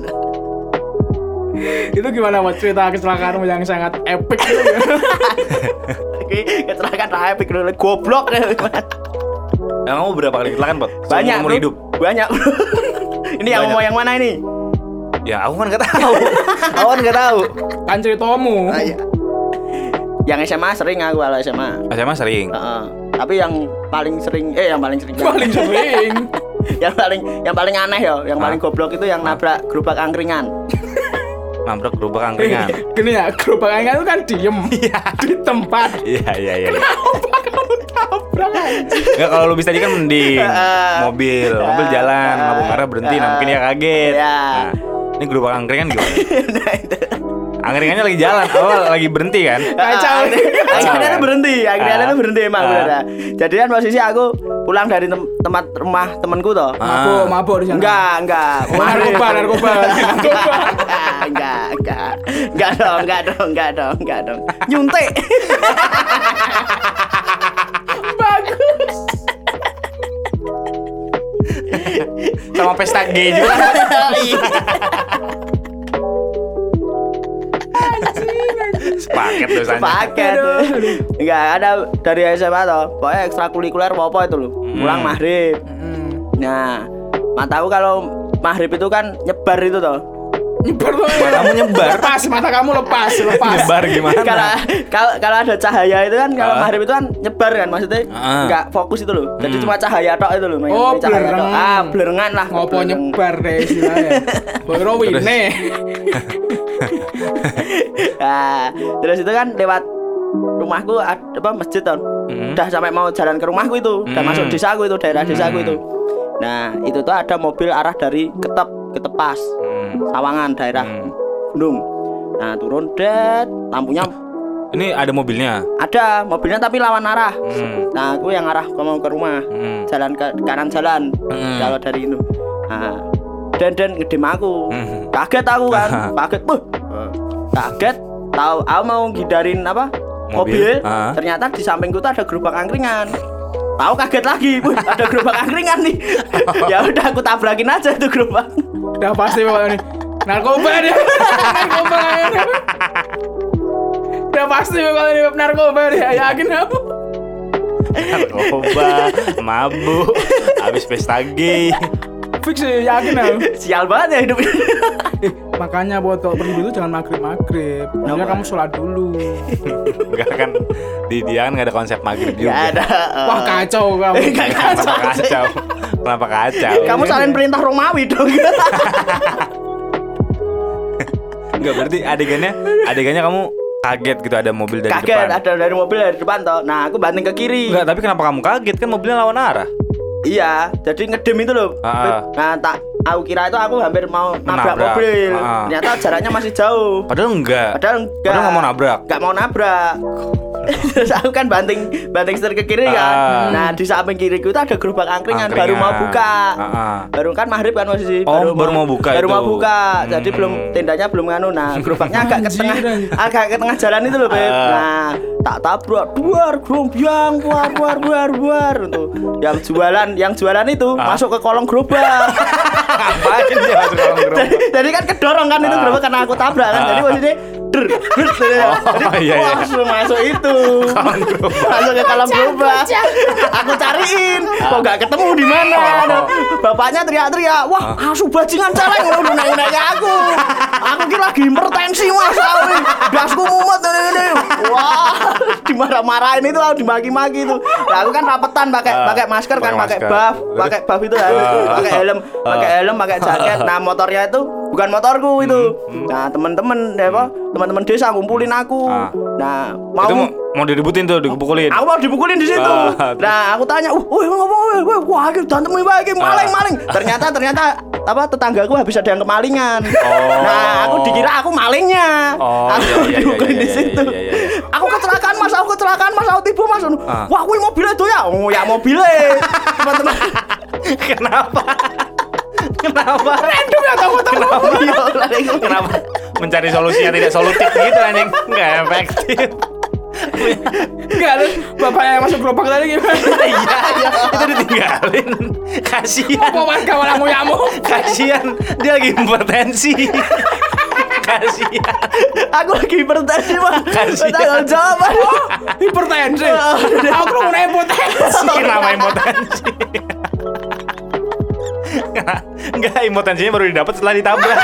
Itu gimana buat cerita kecelakaanmu yang sangat epic gitu? Oke, kecelakaan raya pikir dulu goblok. Yang kamu berapa kali kecelakaan, Bot? Banyak, Seumur bro. hidup. Banyak, bro. Ini yang Banyak. mau yang mana ini? Ya, aku kan nggak tahu. Aku kan nggak tahu. Kan ceritamu. Ah, iya. Yang S M A sering aku kalau S M A. S M A sering. Heeh. Tapi yang paling sering eh yang paling sering Paling sering. yang paling yang paling aneh ya, yang paling goblok itu yang nabrak gerobak angkringan. nabrak gerobak angkringan. Gini ya, gerobak angkringan itu kan diem di tempat. Iya iya iya. Kenapa kamu tabrak anjing? Enggak, kalau lu bisa tadi kan mending mobil, mobil jalan, lampu merah berhenti, nah mungkin ya kaget. Iya. Nah, ini gerobak angkringan gimana? Nah itu. Angkringannya lagi jalan, awal lagi berhenti kan? Kacau. Akhirnya berhenti, akhirnya itu berhenti emang benar. Jadi kan posisi aku pulang dari tem- tempat rumah temanku toh. Mabuk, mabuk di sana. Enggak, enggak. Narkoba, narkoba, narkoba. Enggak, enggak. Enggak dong, enggak dong, enggak dong, enggak dong. Nyuntik. Bagus. Sama pesta gay juga. Sepaket dosanya. Paket. Enggak ada dari S M A toh. Pokoknya ekstrakurikuler apa itu loh. Pulang maghrib. Hmm. Nah, mataku kalau maghrib itu kan nyebar itu toh. Nyebar tuh. Kamu nyebar. Lepas, mata kamu lepas, lepas. Nyebar gimana? Kalau kalau kalau ada cahaya itu kan kalau Ah. maghrib itu kan nyebar kan maksudnya Ah. enggak fokus itu loh. Jadi Hmm. cuma cahaya tok itu loh. main- Oh, main cahaya tok. blereng. Ah, blerengan lah. Ngopo Blereng. nyebar deh istilahnya. Baru wine. Nah, terus itu kan lewat rumahku ad- apa masjid toh. Hmm. Udah sampai mau jalan ke rumahku itu, udah Hmm. masuk desaku itu, daerah desaku Hmm. itu. Nah, itu tuh ada mobil arah dari Ketep, Ketepas, Hmm. Sawangan daerah Hmm. Gunung. Nah, turun det, lampunya Ini ada mobilnya. ada, mobilnya tapi lawan arah. Hmm. Nah, aku yang arah ke mau ke rumah. Hmm. Jalan ke kanan jalan. Hmm. Kalau dari itu. Nah, dan dan ngedem aku. Hmm. Kaget aku kan. Kaget, buh. Kaget, tahu aku mau ngindarin apa? Mobil. Mobil. Ah. Ternyata di sampingku tuh ada gerobak angkringan. Tahu kaget lagi, buh, ada gerobak angkringan nih. Ya udah aku tabrakin aja itu gerobak. Udah pasti pokoknya nih. Narkoba dia. Narkoba. Udah pasti pokoknya nih narkoba dia. Yakin aku. Narkoba, mabuk, habis pesta gay. Fix sih, yakin aku. Sial banget ya hidup ini. Eh, makanya foto pergi dulu jangan maghrib-maghrib. Maksudnya Kenapa? kamu sholat dulu. Enggak kan di dia kan enggak ada konsep maghrib juga. Gak ada. eh. Wah, kacau kamu. Gak Kenapa kacau. kacau? Kenapa kacau? Kamu salin perintah Romawi dong. Enggak, berarti adegannya adegannya kamu kaget gitu ada mobil dari Kaget depan. ada dari mobil dari depan toh. Nah, aku banting ke kiri. Enggak, tapi kenapa kamu kaget? Kan mobilnya lawan arah. Iya, jadi ngedem itu loh. Ah. Nah, tak aku kira itu aku hampir mau nabrak Menabrak. mobil. Ah. Ternyata jaraknya masih jauh. Padahal enggak. Padahal enggak. Padahal nggak mau nabrak. Enggak mau nabrak. Terus aku kan banting banting setir ke kiri kan. Ah. Nah, di samping kiriku itu ada gerobak angkringan, Angkringan. baru mau buka. Ah, ah. Baru kan maghrib kan posisi. Oh, baru mau buka Baru itu. mau buka. Jadi Hmm. belum tendanya belum nganu. Nah, gerobaknya agak ke Anjir, tengah anjir. agak ke tengah jalan itu loh, Beb. Ah. Nah, tak tabrak duar grombyang buar buar buar buar tuh. Yang jualan yang jualan itu Ah. masuk ke kolong gerobak. Ngapain dia masuk kolong gerobak? jadi, jadi kan kedorong kan itu Ah. gerobak karena aku tabrak kan. Jadi Ah. posisinya der, der, der. Oh, Jadi iya, iya. langsung masuk itu. Kolong gerobak. Masuk ke kolong gerobak. Aku cariin, kok gak ketemu di mana. Oh. Bapaknya teriak-teriak, wah asu bajingan celeng lu naik-naik aku. Aku kira lagi hipertensi mas, awi. Dasku mumet ini ini. Wah, dimarah-marahin itu, aku dimaki-maki itu. Nah, aku kan rapetan pakai Ah, pakai masker kan, pakai pakai masker. buff, pakai buff itu kan, Ah. pakai helm, pakai helm, pakai jaket. Nah, motornya itu bukan motorku itu. Nah, teman-teman, ya apa? Teman-teman desa ngumpulin aku. Ah. Nah, mau Itu mau, mau diributin tuh, dipukulin. aku mau dipukulin di situ. Ah, Nah, aku tanya, "Uh, woi, ngomong, woi, woi, wah, iki dantem iki wae iki maling, Ah. maling." Ternyata ternyata apa tetanggaku habis ada yang kemalingan. Oh. Nah, aku dikira aku malingnya. Oh, aku iya, iya, dipukulin iya, di iya, situ. iya, iya, iya. Aku kecelakaan, Mas, aku kecelakaan, Mas, aku tiba, Mas. Ah. Wah, kuwi mobilnya tuh ya. Oh, ya mobilnya. Teman-teman. Kenapa? Kenapa? Random ya tahu tahu. Iya, lari. Kenapa mencari solusinya tidak solutif gitu anjing? Enggak efektif. Enggak ada bapaknya yang masuk gerobak tadi gimana? Iya, iya, itu ditinggalin. Kasihan. Apa warga malah nguyamu? Kasihan, dia lagi hipertensi. Kasihan. Aku lagi hipertensi, Mas. Kasihan. Tanggung jawab, Mas. Hipertensi. Aku lu mau hipertensi. Kenapa impotensi? Enggak, impotensinya baru didapat setelah ditabrak.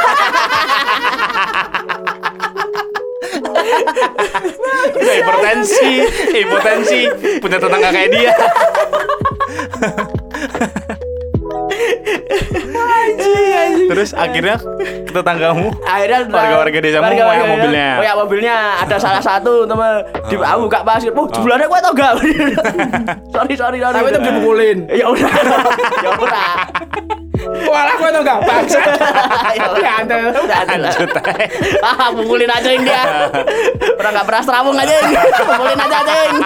Udah hipertensi, hipotensi, punya tetangga kayak dia. Anjing, anjing. Terus akhirnya tetanggamu, akhirnya warga-warga desamu warga- mau warga- mobilnya. Oh ya mobilnya ada salah satu temen di aku buka pasir. Oh, jebulannya kowe tau gak? sorry sorry sorry. Tapi tetep dipukulin. Ya udah. Ya udah. Walah kowe tau gak bangsa. Ya udah. Ya ada. Udah ada. Lanjut aja. Ah, pukulin aja ini dia. Orang gak pernah serawung aja ini. Pukulin aja aja ini.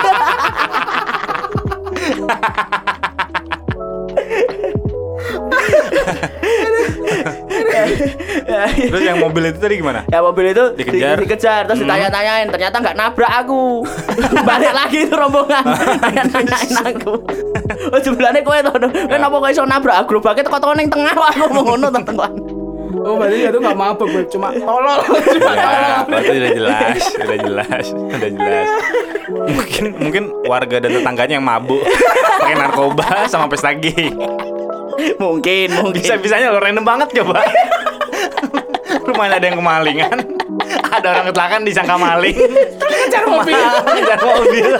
Terus yang mobil itu tadi gimana? Ya mobil itu Dikejar. di- dikejar terus ditanya-tanyain, ternyata nggak nabrak aku. Balik lagi itu rombongan. Tanya-tanyain aku. Oh jebulane kowe to. Kowe napa kok iso nabrak gerobake teko-teko ning tengah kok aku mau ngono to tengah. Oh berarti dia tuh gak mabuk gue, cuma tolol. Cuma Ya, tolol. itu udah jelas, udah jelas, udah jelas. Mungkin mungkin warga dan tetangganya yang mabuk, pakai narkoba sama pesta gay. Mungkin, mungkin. Bisa-bisanya lo random banget coba. Rumahnya ada yang kemalingan, ada orang kecelakaan disangka maling. Ngejar mobil. Ngejar mobil.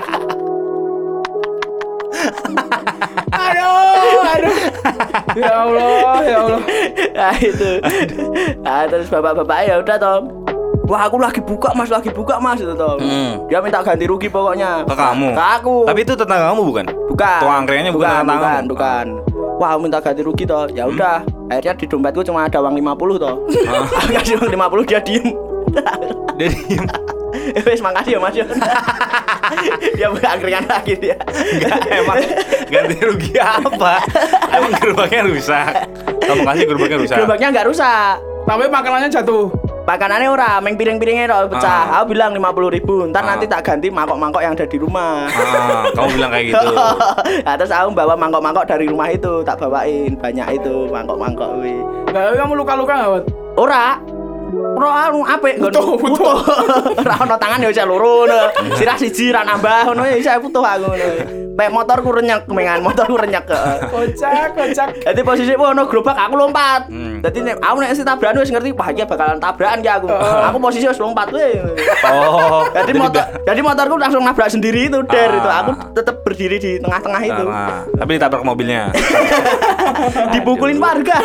Aduh, aduh. Ya Allah, ya Allah. Nah itu. Nah, terus bapak-bapak ya udah Tom. Wah aku lagi buka mas, lagi buka mas itu Tom. Hmm. Dia minta ganti rugi pokoknya. Ke kamu? Ke aku. Tapi itu tetanggamu bukan? Bukan. Tukang angkringannya bukan bukan, tetanggamu? bukan, bukan. Wah, aku minta ganti rugi toh. Ya udah. Akhirnya di dompetku cuma ada uang lima puluh toh. Aku kasih uang lima puluh dia diem. Dia diem. Wes makasih ya Mas. Dia buka angkringan lagi dia. Enggak, emang ganti rugi apa? Emang gerobaknya rusak. Kamu kasih gerobaknya rusak. Gerobaknya nggak rusak. Tapi makanannya jatuh. Makanannya ora, meng piring-piringnya toh pecah. Ah. Aku bilang lima puluh ribu. Ntar Ah. nanti tak ganti mangkok-mangkok yang ada di rumah. Ah, kamu bilang kayak gitu. Nah, terus aku bawa mangkok-mangkok dari rumah itu, tak bawain banyak itu mangkok-mangkok kuwi. Gak, kamu luka-luka gak, Wat? Ora. Ora anu apik nggon Utuh, utuh. Ora ono tangan ya bisa loro ngono. Sirah siji ra nambah ngono ya bisa putuh aku ngono. Mek motorku renyek mengan motorku renyek. Kocak, kocak. Dadi posisi ono gerobak aku lompat. Hmm. Dadi nek aku nek si tabrakan wis ngerti wah iki bakalan tabrakan ki aku. Aku posisi wis lompat we. Oh, Jadi jadi motor udah- jadi motorku langsung nabrak sendiri itu der Ah. itu. Aku tetap berdiri di tengah-tengah itu. Ah, tapi ditabrak mobilnya. Dipukulin warga.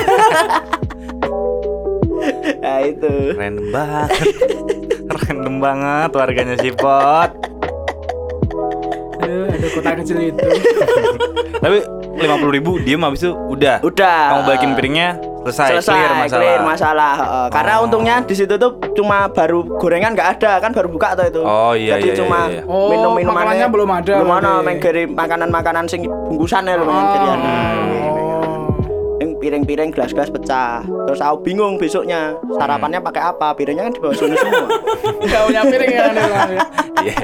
Nah itu. Random banget. Random banget warganya si Pot. Aduh, ada kota kecil itu. Tapi lima puluh ribu diem habis itu udah. Udah. Kamu balikin piringnya, selesai, Selesai, clear masalah. clear masalah. Heeh. Karena Oh. untungnya di situ tuh cuma baru gorengan nggak ada kan baru buka atau itu. Oh, iya, Jadi iya, cuma iya, iya. Oh, minum-minumannya makanannya belum ada Belum ada, berarti. main kirim makanan-makanan sing bungkusannya loh main kirian. Oh. Yang piring-piring gelas-gelas pecah. Terus aku bingung besoknya sarapannya pakai apa? Piringnya kan di bawah sana semua. Gak punya piring ya kan ya. Iya.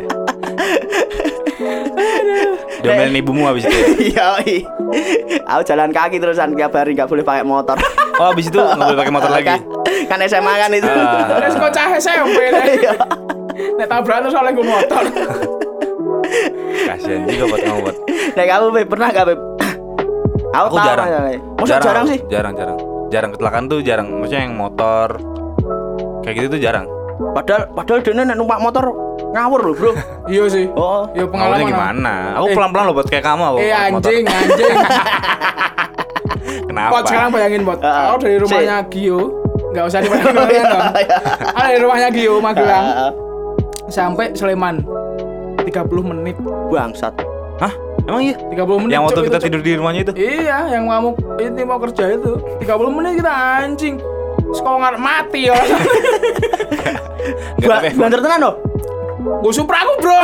Diomelin ibumu habis itu. Iya, iya. Aku jalan kaki terusan tiap hari nggak boleh pakai motor. Oh, habis itu nggak boleh pakai motor lagi. Kan, kan S M A kan itu. Ah. Terus kocak S M P deh. Iya. Nek tabrakan terus oleh gue motor. Kasian juga buat kamu buat. Nah, kamu Beb, pernah nggak Beb? Aku, Aku tahu jarang. masalahnya. Masa jarang, sih? Jarang, jarang. Jarang kecelakaan tuh jarang. Maksudnya yang motor kayak gitu tuh jarang. Padahal padahal dia nek numpak motor ngawur loh, Bro. Iya sih. Oh. Ya Ngawurnya pengalaman. gimana? Aku Eh. pelan-pelan loh buat kayak kamu aku. Eh naik motor. anjing, anjing. Kenapa? Pot sekarang bayangin Pot. Ah, Aku dari rumahnya Gio, nggak usah dibayangin dong. Aku dari rumahnya Gio Magelang Ah, sampai Sleman tiga puluh menit. Bangsat. Hah? Emang iya? tiga puluh menit. Yang waktu Cuk, kita itu, Cuk. tidur di rumahnya itu? Iya, yang kamu ini mau kerja itu tiga puluh menit kita anjing. Sekolongan mati ya. Enggak, Ba- tapi Banter tenan loh. Gue supra aku bro.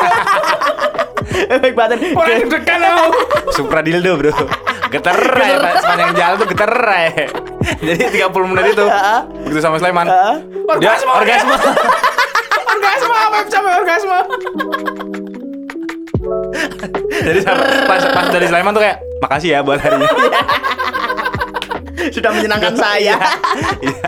Baik banter. Orang deg-degan aku. Supra dildo, Bro. Geter ya, Pak. Sepanjang jalan tuh geter ya. Jadi tiga puluh menit itu begitu sama Sleman. Heeh. Dia Orgasme. orgasme. Orgasme apa sampai orgasme? Jadi pas pas dari Sleman tuh kayak makasih ya buat harinya. Sudah menyenangkan saya. Iya.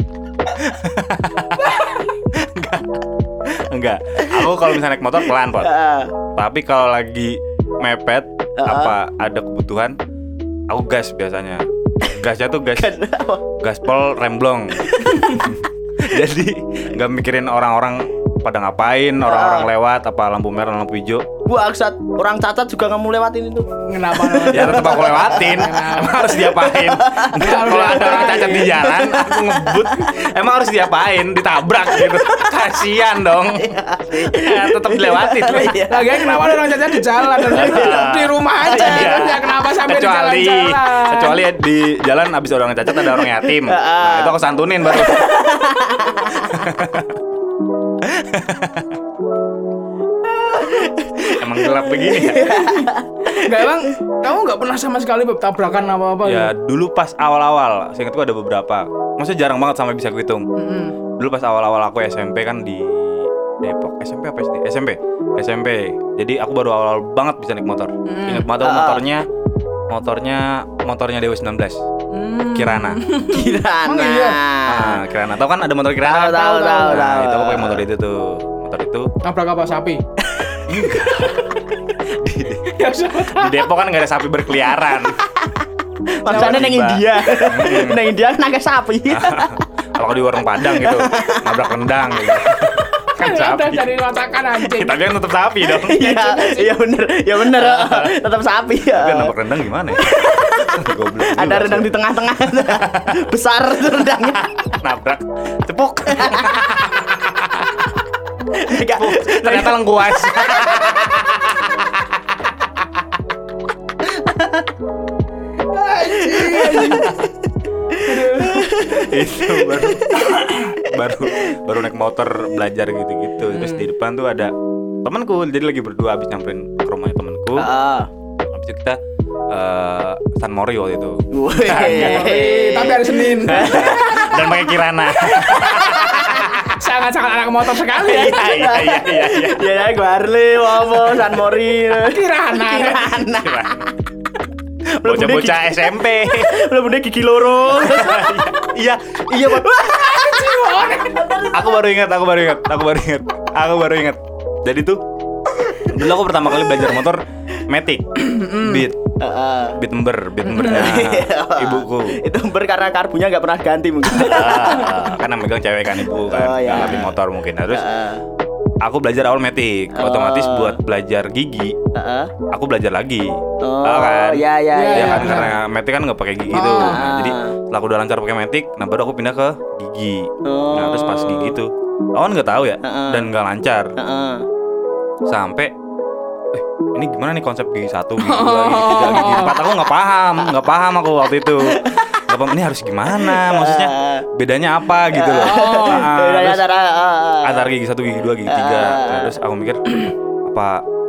Enggak. Enggak. Aku kalau misalnya naik motor pelan, Pot. Heeh. Tapi kalau lagi mepet Uh-uh. apa ada kebutuhan, aku gas biasanya. Gasnya tuh gas gaspol remblong. Jadi nggak mikirin orang-orang pada ngapain, orang-orang lewat, apa lampu merah, lampu hijau. Bangsat, orang cacat juga kamu lewatin itu. Kenapa? Ya tetap aku lewatin. Emang harus diapain? Kalau ada orang cacat di jalan, aku ngebut. Emang harus diapain? Ditabrak gitu. Kasian dong. Ya, tetap dilewatin. Lagian kenapa ada orang cacat di jalan dan di rumah aja? Iya. Ya kenapa sampai di kecuali jalan-jalan? kecuali di jalan abis orang cacat ada orang yatim. Nah, itu aku santunin baru. Emang gelap begini ya? Enggak, emang kamu nggak pernah sama sekali tabrakan apa-apa? Ya dulu pas awal-awal, seingatku ada beberapa. Maksudnya jarang banget sampai bisa aku hitung. Mm-hmm. Dulu pas awal-awal aku S M P kan di Depok. S M P apa S D? S M P. S M P. Jadi aku baru awal banget bisa naik motor. Mm. Ingat banget uh. motornya, motornya, motornya Dewa sembilan belas. Mm. Kirana. Kirana. Oh, iya. Nah, Kirana. Tahu kan ada motor Kirana? Tahu, tahu, tahu. Nah, tahu, itu aku pakai tahu. motor itu tuh. Motor itu Nabrak apa sapi? di, Ya siapa tahu. di Depok kan nggak ada sapi berkeliaran. Maksudnya neng Tiba. India. Neng India nangke sapi. Kalau di warung Padang gitu, nabrak rendang gitu. Kan Ada sapi. dari masakan anjing. Tapi kan tetap sapi dong. Iya, iya bener, ya bener. Tetap sapi. Tapi nabrak rendang gimana ya? Goblok juga Ada rendang sih. di tengah-tengah. Besar tuh rendangnya. Nabrak cepuk. Enggak. Ternyata lengkuas. Itu baru baru baru naik motor belajar gitu-gitu. Terus di depan tuh ada temanku, jadi lagi berdua habis nyamperin ke rumahnya temanku. Heeh. Habis itu kita eh, San Mori waktu itu. Eh, tapi hari Senin. Dan pakai Kirana. Sangat-sangat anak motor sekali ya. Iya iya iya iya. Ya ya gua Harley, Womo, San Mori. Kirana. Kirana. Bocah-bocah S M P. Belum udah gigi loro. Iya, iya Pak. Aku baru ingat, aku baru ingat, aku baru ingat, aku baru ingat. Jadi tuh dulu aku pertama kali belajar motor Matic, Beat, Heeh. Beat ember, Beat ember. Nah, ibuku. Itu ber karena karbunya enggak pernah ganti mungkin. Ah, karena megang cewek kan ibu kan, Oh, iya. nggak ngerti motor mungkin. Nah, terus Heeh. aku belajar awal Matic, Oh. otomatis buat belajar gigi, Heeh. aku belajar lagi. Oh, Tahu kan? ya ya Iya, Ya ya. kan benar. karena Matic kan nggak pakai gigi tuh. Oh. Nah, jadi setelah aku udah lancar pakai Matic, nah baru aku pindah ke gigi. Oh. Nah, terus pas gigi tuh, aku kan nggak tahu ya, Heeh. dan nggak lancar. Heeh. Sampai eh ini gimana nih konsep gigi satu, gigi dua, gigi tiga, gigi empat, aku nggak paham, nggak paham aku waktu itu. Nggak paham ini harus gimana, maksudnya bedanya apa gitu loh. Oh. Nah, Bedanya terus antara uh, antara gigi satu, gigi dua, gigi tiga. Nah, terus aku mikir apa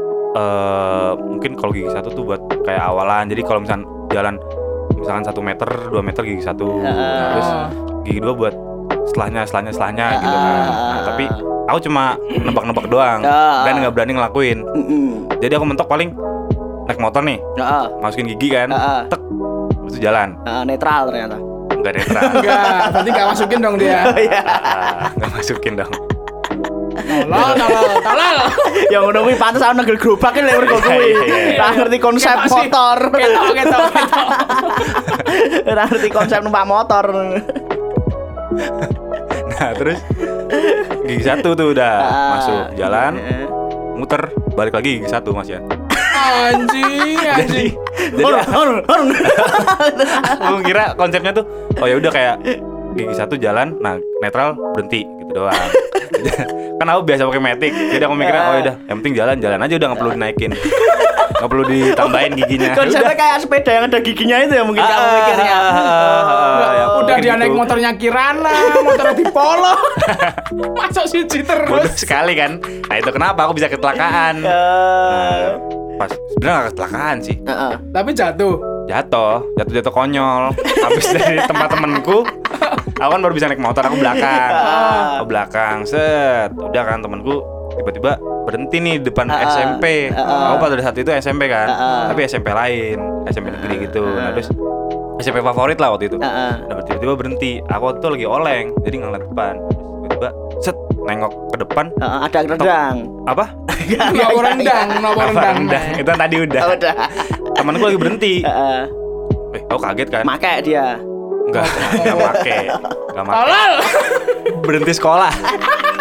eh mungkin kalau gigi satu tuh buat kayak awalan. Jadi kalau misalkan jalan misalkan satu meter, dua meter gigi satu, nah, terus gigi dua buat setelahnya, setelahnya, setelahnya gitu kan. Nah, tapi aku cuma nebak-nebak doang, Ah. dan nggak berani ngelakuin. mm-mm. Jadi aku mentok paling naik motor nih, Heeh. masukin gigi kan, Ah. tek, terus jalan, Heeh, netral ternyata. nggak netral, Enggak, berarti enggak masukin dong dia. Ah, nggak masukin dong. Tolol, tolol, tolol. Yang ngono kuwi pantes aku negel gerobak iki lek mergo kuwi. Iya, iya, iya. Ora ngerti konsep Ketok sih. motor. Ketok, ketok, ketok. Ora ngerti konsep numpak motor. Nah terus gigi satu tuh udah Ah. masuk jalan, Heeh. muter, balik lagi gigi satu Mas ya. Anjing, Jadi anjing. jadi aku kira konsepnya tuh oh ya udah kayak gigi satu jalan, nah netral berhenti gitu doang. Kan aku biasa pakai Matic, jadi aku mikirnya oh ya udah yang penting jalan jalan aja udah nggak perlu dinaikin, nggak perlu ditambahin giginya. Konsepnya kayak sepeda yang ada giginya itu ya mungkin kamu Ah, mikirnya. ah, ah, ah, ya, Udah mungkin dia naik gitu. motornya Kirana, motornya di Polo. Masuk siji Bodoh terus. sekali kan. Nah itu kenapa aku bisa kecelakaan. Nah, pas sebenarnya nggak kecelakaan sih, Heeh. Tapi jatuh. jatuh jatuh jatuh konyol. Habis dari tempat temenku, aku kan baru bisa naik motor, aku belakang, aku belakang, set, udah kan temenku tiba-tiba berhenti nih di depan Ah, S M P. ah, Aku pada saat itu S M P kan, ah, tapi S M P lain, S M P negeri gitu. Nah terus S M P favorit lah waktu itu. Heeh. Nah tiba-tiba berhenti, aku waktu itu lagi oleng, jadi ngeliat depan. Tiba-tiba set nengok ke depan, Heeh, ada rendang. apa? Nopo rendang, nopo Apa rendang. rendang? Itu kan tadi udah. Oh, udah. Temanku lagi berhenti. Heeh. Eh, aku kaget kan? Make dia. Enggak, enggak make. Enggak make. Tolol. Berhenti sekolah.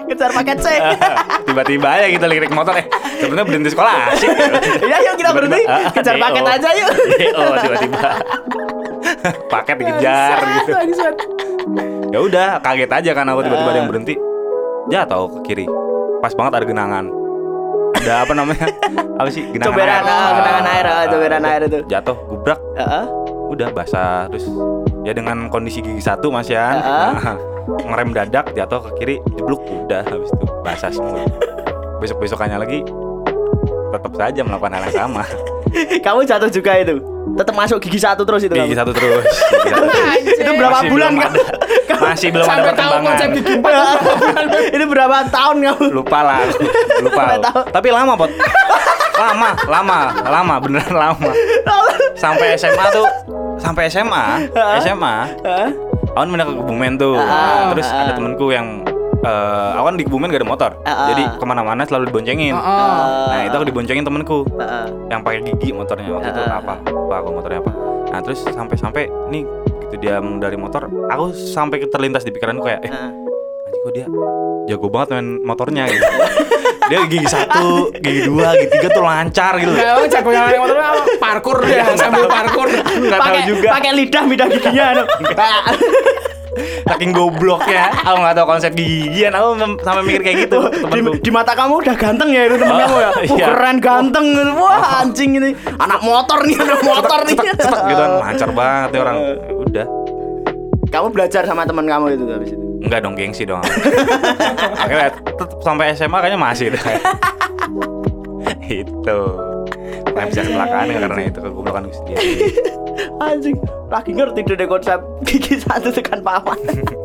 Kejar paket C. Tiba-tiba aja kita lirik motor eh sebenarnya berhenti sekolah asik. Iya yuk kita berhenti. Kejar paket aja yuk. Oh tiba-tiba paket dikejar gitu. Ya udah kaget aja kan aku tiba-tiba ada yang berhenti. Jatuh ke kiri. Pas banget ada genangan. Ada apa namanya? Apa sih? Genangan Coberan, air. ah, genangan air, ah, coberan air itu. Jatuh, gubrak. Heeh. Udah basah terus ya dengan kondisi gigi satu Mas Yan. Uh-uh. Ngerem dadak jatuh ke kiri jeblok udah habis itu basah semua. Besok-besokannya lagi tetap saja melakukan hal yang sama. Kamu jatuh juga itu. Tetap masuk gigi satu terus itu. Gigi kamu? satu terus. Gigi satu. Itu berapa Masih bulan belum kamu? ada. Masih belum ada Sampai tahu perkembangan. konsep gigi empat berapa bulan. Itu berapa tahun kamu? Lupa lah, aku. lupa. Sampai tahu. Tapi lama pot. Lama, lama, lama, beneran lama. Sampai S M A tuh, sampai S M A, S M A. Hah? Aku kan pindah ke Kebumen tuh. Ah, Terus ah. ada temenku yang eh aku kan di Kebumen gak ada motor. Ah, Jadi ah. kemana-mana selalu diboncengin. Heeh. Nah itu aku diboncengin temenku Heeh. yang pakai gigi motornya waktu itu Ah. apa? Lupa aku motornya apa. Nah terus sampai-sampai nih gitu dia dari motor, aku sampai terlintas di pikiranku kayak eh Heeh. anjing kok dia jago banget main motornya gitu. Dia gigi satu, gigi dua, gigi tiga tuh lancar gitu. Nah, oh, jago yang naik motor apa? Parkur dia, sambil parkur. Nggak tahu Pakai juga. pakai lidah midah giginya anu. Saking gobloknya, aku nggak tahu konsep gigian. Aku mem- sampai mikir kayak gitu. Di, Temenku. di mata kamu udah ganteng ya itu temen Oh, kamu ya. Wah, iya. keren ganteng. Wah, anjing ini. Anak motor nih, anak motor nih. Cetek, cetek gitu kan, lancar banget ya orang. Ya udah, Kamu belajar sama teman kamu itu habis itu. enggak dong gengsi dong. Akhirnya tetap sampai S M A kayaknya masih deh. Itu. Nggak bisa kecelakaan ya karena itu kegoblokan gue sendiri. Anjing, lagi ngerti deh konsep gigi satu tekan paman.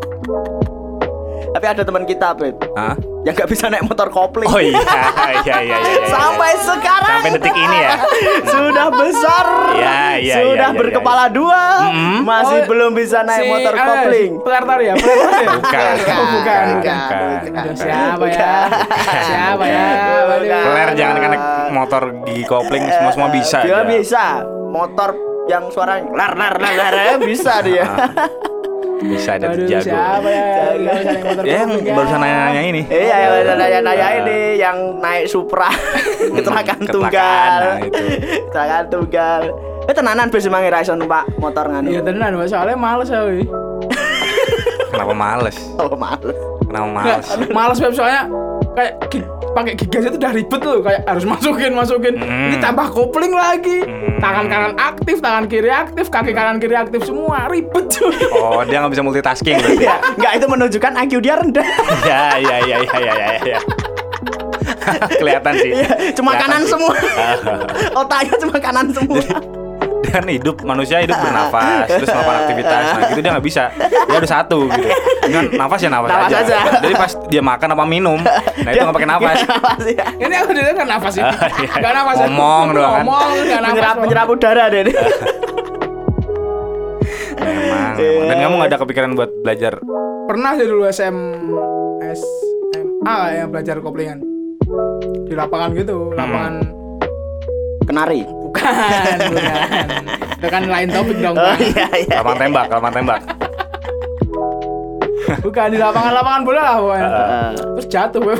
Tapi ada teman kita, Beb, Hah? yang gak bisa naik motor kopling. Oh iya, iya, iya, iya, iya. Sampai sekarang Sampai detik ini ya. sudah besar, Iya, iya, sudah iya, iya, berkepala dua, Mm-hmm. masih Oh, belum bisa naik Si, motor eh, kopling. Pelertar ya, pelertar ya. Bukan, Oh, bukan, bukan, bukan. bukan. Aduh, siapa ya? Bukan. Siapa ya? Bukan. Waduh. Peler jangan kan naik motor gigi kopling semua semua bisa. Dia aja. bisa. Motor yang suaranya lar lar lar lar eh, bisa dia. Bisa ada Waduh, jago. siapa ya? Nggak bisa naik motor Ya yang kopling, ya. barusan nanya-nanya ini. Iya, yang nanya-nanya ini yang naik Supra kecelakaan kecelakaan, tunggal. nah, itu. Kecelakaan tunggal. Eh tenanan bis emang ra iso numpak motor nganu. Iya tenan, Mbak. Soalnya males ya, wi. Kenapa males? Oh, males. Kenapa Nggak, males? males Beb, soalnya kayak gi- pakai gigas itu udah ribet loh, kayak harus masukin masukin. Hmm. Ini tambah kopling lagi. Hmm. Tangan kanan aktif, tangan kiri aktif, kaki kanan kiri aktif semua, ribet cuy. Oh dia nggak bisa multitasking berarti. Iya, enggak itu menunjukkan I Q dia rendah. Ya ya ya ya ya ya ya. Kelihatan sih. Iya, cuma Kelihatan kanan sih. semua. Otaknya cuma kanan semua. Dia kan hidup, manusia hidup bernafas, terus melakukan aktivitas. Nah gitu dia nggak bisa. Dia ada satu gitu. Dengan nafas ya nafas, Nafas aja. aja. Jadi pas dia makan apa minum, nah itu nggak pakai nafas. Nafas, ya. Ini aku dia kan nafas ini. Ah, iya. Enggak nafas. ya. Ngomong doang kan. Ngomong enggak nafas. Menyerap doang. menyerap udara deh. ini. Memang, memang. Dan kamu nggak ada kepikiran buat belajar? Pernah sih dulu S M S M A yang belajar koplingan. Di lapangan gitu, lapangan Kenari. bukan, bukan. Itu kan lain topik dong. Oh Bang. iya iya. Lapangan tembak, lapangan tembak. Bukan di lapangan-lapangan bola lah pokoknya. Heeh. Terus jatuh, Beb.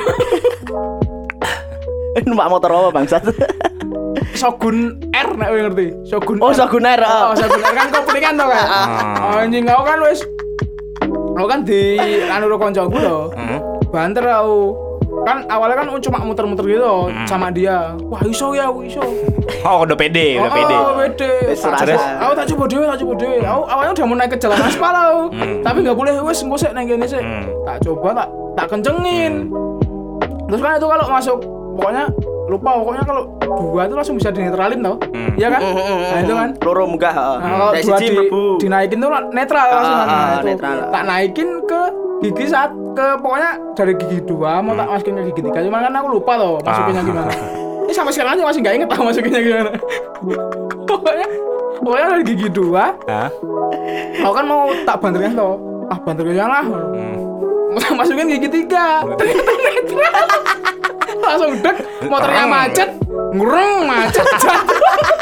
Numpak motor apa bangsat? Shogun R nek kowe ngerti. Shogun Oh, R. Shogun R, oh. Oh, Shogun R kan koplingan to kan. Ah. Anjing aku kan wis aku kan di anu karo kancaku lho. Hmm. Banter aku. Kan awalnya kan cuma muter-muter gitu sama dia. Wah, iso ya, aku iso. Oh udah pede, udah pede. Oh, pede. Wis Tak- serasa. Aku tak coba dhewe, tak coba dhewe. Aku awalnya udah mau naik ke jalan aspal aku. Hmm. Tapi enggak boleh wis engko sik nang kene sik. Hmm. Tak coba tak tak kencengin. Terus kan itu kalau masuk pokoknya lupa pokoknya kalau dua itu langsung bisa dinetralin tau. Hmm. Iya kan? Nah, itu kan. Loro munggah, heeh. Nah, kalau Nek dua siji di, mlebu. dinaikin tuh netral langsung kan. ah, Nah, itu netral. tak naikin ke gigi saat ke pokoknya dari gigi dua mau tak masukin ke gigi tiga cuman kan aku lupa loh masukinnya Ah. gimana. Ini sampai sekarang aja masih nggak inget tau masukinnya gimana. pokoknya pokoknya dari gigi dua Hah? aku kan mau tak banternya tuh ah banternya lah Hmm. mau tak masukin gigi tiga ternyata netral langsung dek motornya Tereng. macet ngurung macet jatuh.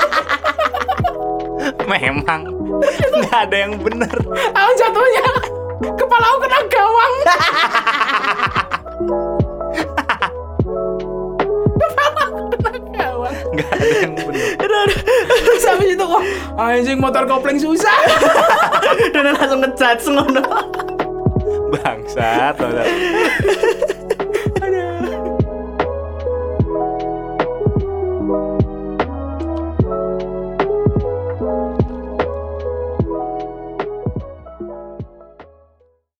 Memang nggak ada yang bener. Aku jatuhnya kepala aku kena gawang. ada yang bener. Terus habis itu kok anjing motor kopling susah. Dan langsung ngejudge ngono. Bangsat, bangsat.